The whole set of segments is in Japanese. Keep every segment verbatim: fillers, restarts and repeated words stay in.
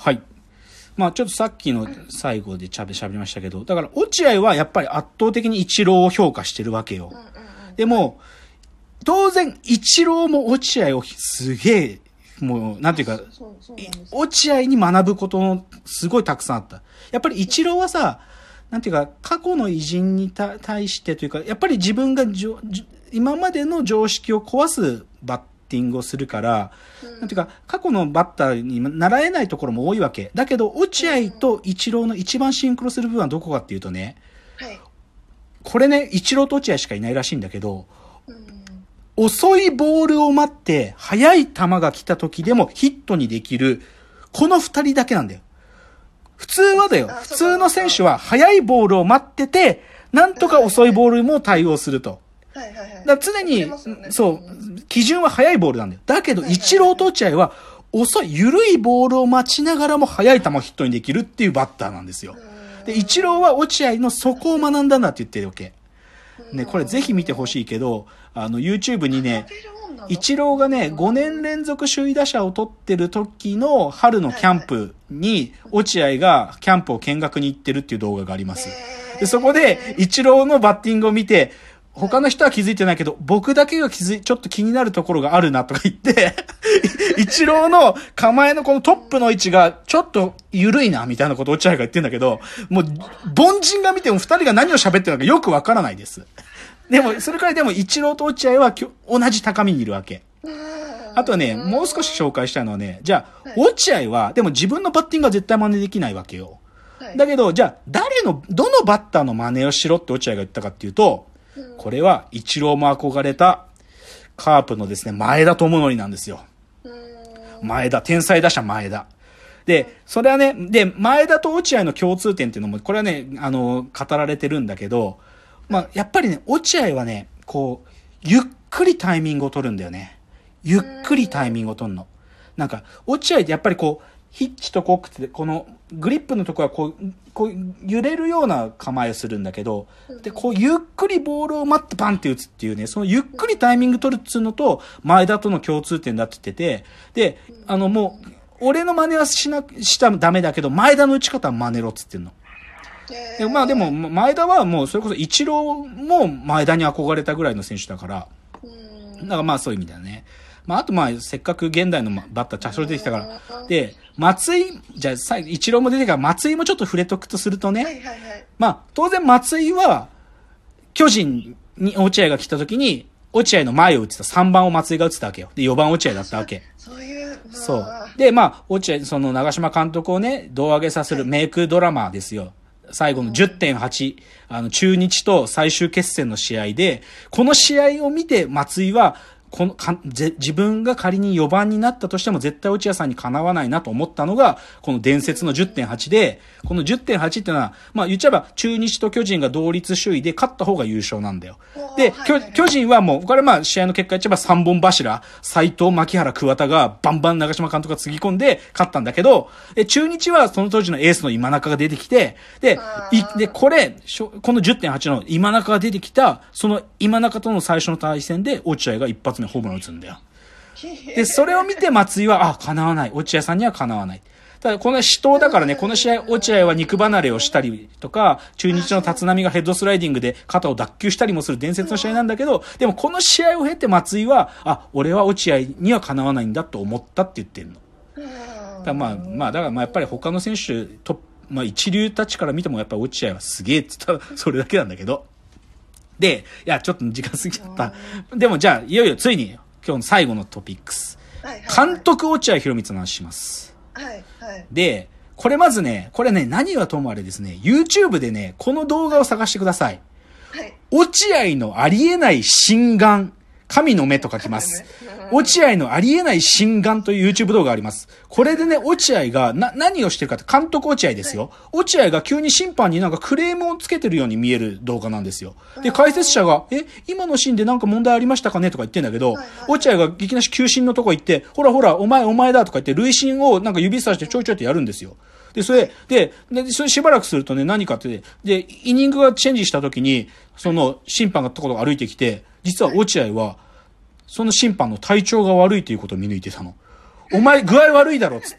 はい。まあちょっとさっきの最後でちゃべしゃべりましたけど、だから落合はやっぱり圧倒的にイチローを評価してるわけよ。でも、当然イチローも落合をすげえ、もう、なんていうか、落合に学ぶことのすごいたくさんあった。やっぱりイチローはさ、なんていうか、過去の偉人に対してというか、やっぱり自分がじょ今までの常識を壊すバッティングをするから、うん、なんていうか、過去のバッターに習えないところも多いわけ。だけど、落合とイチローの一番シンクロする部分はどこかっていうとね、はい、これね、イチローと落合しかいないらしいんだけど、うん、遅いボールを待って、速い球が来た時でもヒットにできる、この二人だけなんだよ。普通はだよ。普通の選手は速いボールを待ってて、なんとか遅いボールも対応すると。はいはいはい。だから常に、ね、そう、基準は速いボールなんだよ。だけど、イチローと落合は、遅い、緩いボールを待ちながらも速い球をヒットにできるっていうバッターなんですよ。で、イチローは落合のそこを学んだんだって言ってるわけ。ね、これぜひ見てほしいけど、あの、YouTube にね、イチローがね、ごねん連続首位打者を取ってる時の春のキャンプに、落合がキャンプを見学に行ってるっていう動画があります。で、そこで、イチローのバッティングを見て、他の人は気づいてないけど、僕だけが気づい、ちょっと気になるところがあるなとか言って、イチローの構えのこのトップの位置がちょっと緩いな、みたいなことを落合が言ってんだけど、もう、凡人が見ても二人が何を喋ってるのかよくわからないです。でも、それくらいでもイチローと落合は同じ高みにいるわけ。あとはね、もう少し紹介したいのはね、じゃあ、落合は、でも自分のバッティングは絶対真似できないわけよ。だけど、じゃあ、誰の、どのバッターの真似をしろって落合が言ったかっていうと、これは、イチローも憧れた、カープのですね、前田智則なんですよ。前田、天才打者前田。で、それはね、で、前田と落合の共通点っていうのも、これはね、あの、語られてるんだけど、まあ、やっぱりね、落合はね、こう、ゆっくりタイミングを取るんだよね。ゆっくりタイミングを取るの。なんか、落合ってやっぱりこう、ヒッチとコックって、この、グリップのところはこう、こう揺れるような構えをするんだけど、で、こうゆっくりボールを待ってパンって打つっていうね、そのゆっくりタイミング取るっつうのと、前田との共通点だって言ってて、で、あのもう、俺の真似はしな、したらダメだけど、前田の打ち方は真似ろっつってんの。でまあでも、前田はもう、それこそイチローも前田に憧れたぐらいの選手だから、だからまあそういう意味だよね。まあ、あとまあ、せっかく現代のバッター、チャショル出てきたから。で、松井、じゃあ、さ、イチローも出てきたから、松井もちょっと触れとくとするとね。はいはいはい、まあ、当然松井は、巨人に落合が来た時に、落合の前を打ってたさんばんを松井が打ってたわけよ。で、よばん落合だったわけ。そういう。そう。で、まあ、落合、その長嶋監督をね、胴上げさせるメイクドラマーですよ。最後の じゅってんはち、あの、中日と最終決戦の試合で、この試合を見て松井は、このかぜ自分が仮によばんになったとしても絶対落合さんにかなわないなと思ったのがこの伝説の じゅってんはち で、この じゅってんはち っていうのはまあ言っちゃえば中日と巨人が同率首位で勝った方が優勝なんだよ。で、はいはいはい、巨人はもうこれまあ試合の結果言っちゃえばさんぼん柱斉藤牧原桑田がバンバン長嶋監督がつぎ込んで勝ったんだけど、中日はその当時のエースの今中が出てきて、でいでこれこの じゅってんはち の今中が出てきたその今中との最初の対戦で落合が一発目ホームラン打つんだよ。で、それを見て松井は、あ、叶わない。落合さんには叶わない。ただ、この死闘だからね、この試合、落合は肉離れをしたりとか、中日の立浪がヘッドスライディングで肩を脱臼したりもする伝説の試合なんだけど、でもこの試合を経て松井は、あ、俺は落合には叶わないんだと思ったって言ってるの。だからまあ、まあ、だからまあやっぱり他の選手と、まあ一流たちから見てもやっぱり落合はすげえって言ったらそれだけなんだけど。で、いや、ちょっと時間過ぎちゃった。でもじゃあ、いよいよついに、今日の最後のトピックス。はいはいはい、監督落合博満の話します。はいはい。で、これまずね、これね、何はともあれですね、YouTube でね、この動画を探してください。はい。落合のありえない心眼。神の目と書きます。落合のありえない心眼という YouTube 動画があります。これでね、落合が、な、何をしてるかって、監督落合ですよ。落合が急に審判になんかクレームをつけてるように見える動画なんですよ。で、解説者が、え、今のシーンでなんか問題ありましたかねとか言ってんだけど、落合がいきなし球審のとこ行って、ほらほら、お前お前だとか言って、塁審をなんか指さしてちょいちょいってやるんですよ。で、それ、で、で、それしばらくするとね、何かって、で、イニングがチェンジした時に、その審判がところ歩いてきて、実は落合は、その審判の体調が悪いということを見抜いてたの。お前具合悪いだろっつって。い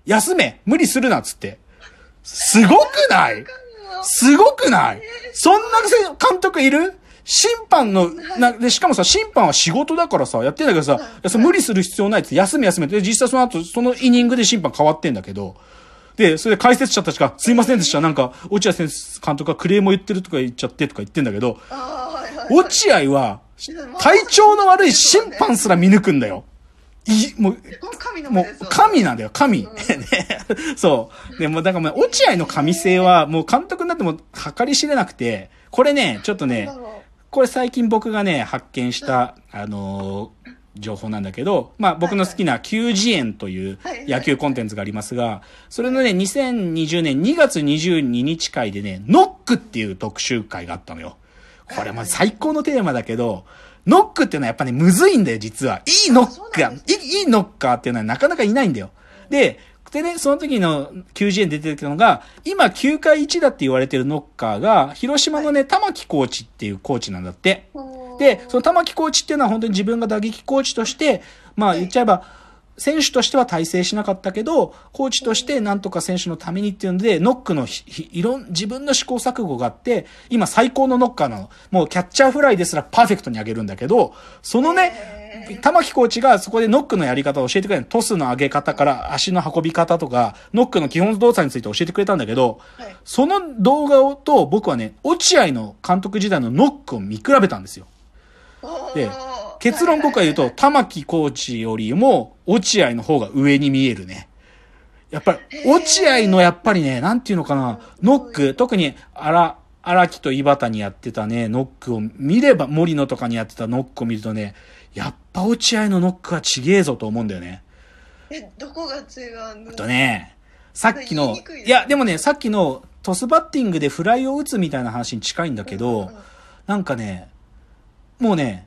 休め無理するなっつって。すごくない？すごくない？そんな監督いる？審判の、な、で、しかもさ、審判は仕事だからさ、やってんだけどさ、いやそ無理する必要ないって、休め休めって、実際その後、そのイニングで審判変わってんだけど、で、それで解説者たちが、すいませんでした、なんか、落合先生監督がクレームを言ってるとか言っちゃってとか言ってんだけど、落合は、体調の悪い審判すら見抜くんだよ。い、もう、もう、神なんだよ、神。ね、そう。でも、だからもう、落合の神性は、もう監督になっても計り知れなくて、これね、ちょっとね、これ最近僕がね、発見した、あのー、情報なんだけど、まあ僕の好きなきゅうじえんという野球コンテンツがありますが、それのね、にせんにじゅうねんにがつにじゅうににち会でね、ノックっていう特集会があったのよ。これも最高のテーマだけど、ノックっていうのはやっぱね、むずいんだよ、実は。いいノッカー、いいノッカーっていうのはなかなかいないんだよ。で、でね、その時のきゅうじゅうえんで出てきたのが、今きゅうかいいちだって言われてるノッカーが、広島のね、玉木コーチっていうコーチなんだって。で、その玉木コーチっていうのは本当に自分が打撃コーチとして、まあ言っちゃえば、選手としては大成しなかったけど、コーチとしてなんとか選手のためにっていうので、ノックのいろん、自分の試行錯誤があって、今最高のノッカーなの。もうキャッチャーフライですらパーフェクトに上げるんだけど、そのね、玉木コーチがそこでノックのやり方を教えてくれる。トスの上げ方から足の運び方とか、ノックの基本動作について教えてくれたんだけど、はい、その動画をと僕はね、落合の監督時代のノックを見比べたんですよ。で、結論僕は言うと、玉木コーチよりも落合の方が上に見えるね。やっぱり、落合のやっぱりね、なんていうのかな、ノック、特に荒、荒木と井端にやってたね、ノックを見れば、森野とかにやってたノックを見るとね、やっぱ落合のノックはちげえぞと思うんだよね。 え、どこが違うの？ とね、さっきの、い, いや、でもね、さっきのトスバッティングでフライを打つみたいな話に近いんだけど、うんうん、なんかね、もうね、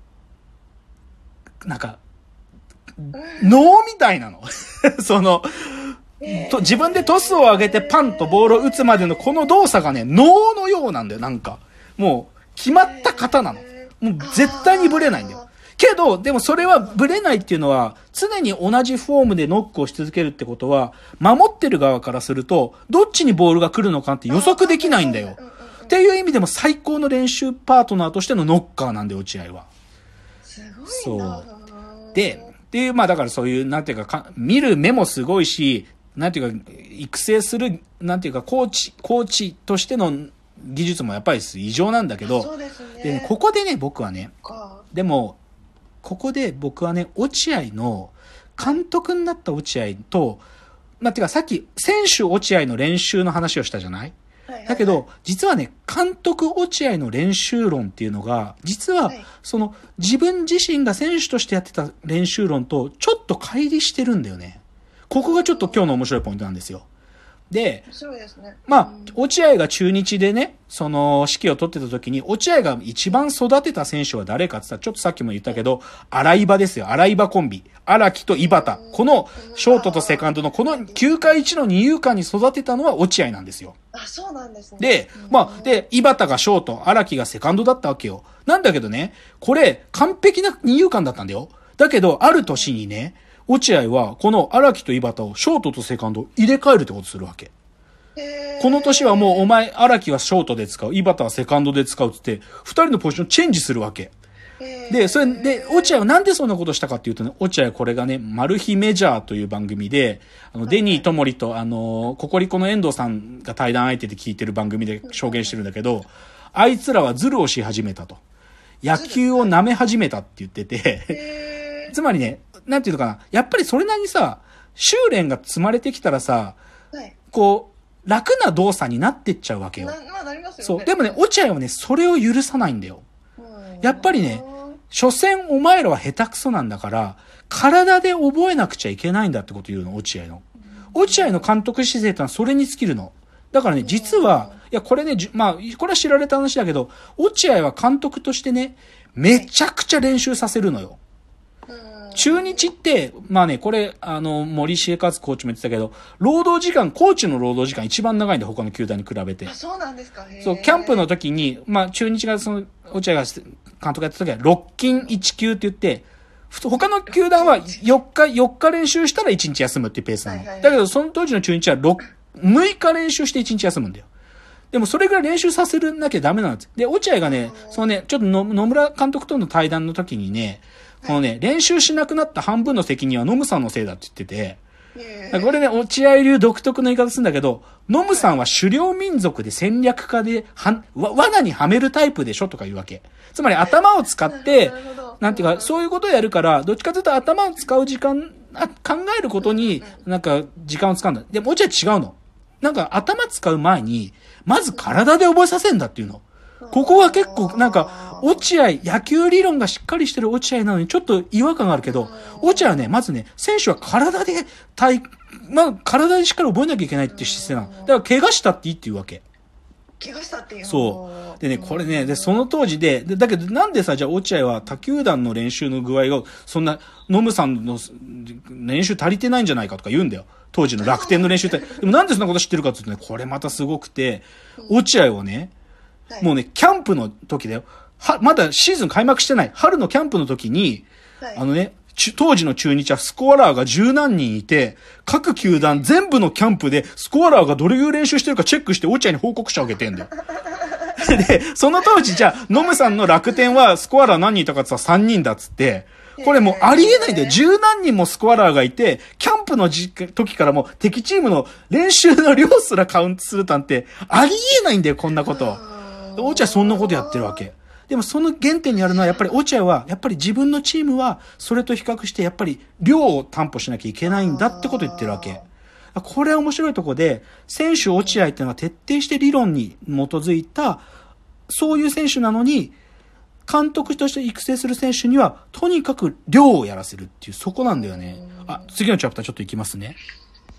なんか、脳みたいなの。その、と、自分でトスを上げてパンとボールを打つまでのこの動作がね、脳のようなんだよ、なんか。もう、決まった型なの。もう絶対にブレないんだよ。けど、でもそれはブレないっていうのは、常に同じフォームでノックをし続けるってことは、守ってる側からすると、どっちにボールが来るのかって予測できないんだよ。っていう意味でも最高の練習パートナーとしてのノッカーなんで、落合は。 すごいな。 そう。で、っていう、まあだからそういう、なんていうか、か見る目もすごいし、なんていうか、育成する、なんていうか、コーチ、コーチとしての技術もやっぱり異常なんだけど、 そうですね。 でね、ここでね、僕はね、でも、ここで僕はね、落合の、監督になった落合と、まあ、てかさっき、選手落合の練習の話をしたじゃない？だけど、実はね、監督落合の練習論っていうのが、実は、その、自分自身が選手としてやってた練習論と、ちょっと乖離してるんだよね。ここがちょっと今日の面白いポイントなんですよ。で、 そうですね。 まあ、落合が中日でね、その指揮を取ってた時に、落合が一番育てた選手は誰かって言ったら、ちょっとさっきも言ったけど、洗い場ですよ。洗い場コンビ。荒木と井端。この、ショートとセカンドのこのきゅうかいいちの二遊間に育てたのは落合なんですよ。 あ、そうなんですね。 で、まあ、で、井端がショート、荒木がセカンドだったわけよ。なんだけどね、これ、完璧な二遊間だったんだよ。だけど、ある年にね、落合は、この荒木と井端をショートとセカンドを入れ替えるってことするわけ。この年はもうお前、荒木はショートで使う、井端はセカンドで使うって言って、二人のポジションチェンジするわけ。で、それで、落合はなんでそんなことしたかっていうとね、落合これがね、マル秘メジャーという番組で、あの、デニーともりと、あの、ココリコの遠藤さんが対談相手で聞いてる番組で証言してるんだけど、あいつらはズルをし始めたと。野球を舐め始めたって言ってて、つまりね、なんていうのかな、やっぱりそれなりにさ、修練が積まれてきたらさ、こう、楽な動作になってっちゃうわけよ。 な、まあ、なりますよね。 そう。でもね、落合はね、それを許さないんだよ。やっぱりね、所詮お前らは下手くそなんだから、体で覚えなくちゃいけないんだってこと言うの、落合の。落合の監督姿勢ってのはそれに尽きるの。だからね、実は、いや、これね、まあ、これは知られた話だけど、落合は監督としてね、めちゃくちゃ練習させるのよ。中日って、まあね、これ、あの、森重勝コーチも言ってたけど、労働時間、コーチの労働時間一番長いんで、他の球団に比べて。 あ、そうなんですか。へー。 そう、キャンプの時に、まあ、中日がその、落合が監督やった時は、ろっきんいちきゅうって言って、 他の球団はよっか、よっか練習したらいちにち休むっていうペースなの。 はいはいはいだけど、その当時の中日はろく、むいか練習していちにち休むんだよ。でもそれぐらい練習させるなきゃダメなんです。で、落合がね、そのね、ちょっとの野村監督との対談の時にね、このね、練習しなくなった半分の責任はノムさんのせいだって言ってて、これね、落合流独特の言い方するんだけど、ノムさんは狩猟民族で戦略家で、は、わ、罠にはめるタイプでしょとか言うわけ。つまり頭を使って、なんていうか、そういうことをやるから、どっちかというと頭を使う時間、あ考えることに、なんか、時間を使うんだ。でも、落合違うの。なんか、頭使う前に、まず体で覚えさせんだっていうの。ここは結構、なんか、落合、野球理論がしっかりしてる落合なのに、ちょっと違和感があるけど、落合はね、まずね、選手は体で、体、まあ、体でしっかり覚えなきゃいけないっていう姿勢なの。だから、怪我したっていいっていうわけ。 怪我したっていうそう。でね、これね、で、その当時で、で、だけどなんでさ、じゃあ落合は他球団の練習の具合が、そんな、ノムさんの練習足りてないんじゃないかとか言うんだよ。当時の楽天の練習って。でもなんでそんなこと知ってるかって言うとね、これまたすごくて、落合をね、もうね、キャンプの時だよ。は、まだシーズン開幕してない。春のキャンプの時に、はい、あのね、当時の中日はスコアラーが十何人いて、各球団全部のキャンプでスコアラーがどれぐらい練習してるかチェックして落合に報告書あげてんだよ。で、その当時じゃあ、ノムさんの楽天はスコアラー何人いたかって言ったらさんにんだっつって、これもうありえないんだよ。十何人もスコアラーがいて、キャンプの時からも敵チームの練習の量すらカウントするなんて、ありえないんだよ、こんなこと。落合そんなことやってるわけ。でもその原点にあるのはやっぱり落合はやっぱり自分のチームはそれと比較してやっぱり量を担保しなきゃいけないんだってことを言ってるわけ。これは面白いところで選手落合っていうのは徹底して理論に基づいたそういう選手なのに監督として育成する選手にはとにかく量をやらせるっていうそこなんだよね。あ、次のチャプターちょっといきますね。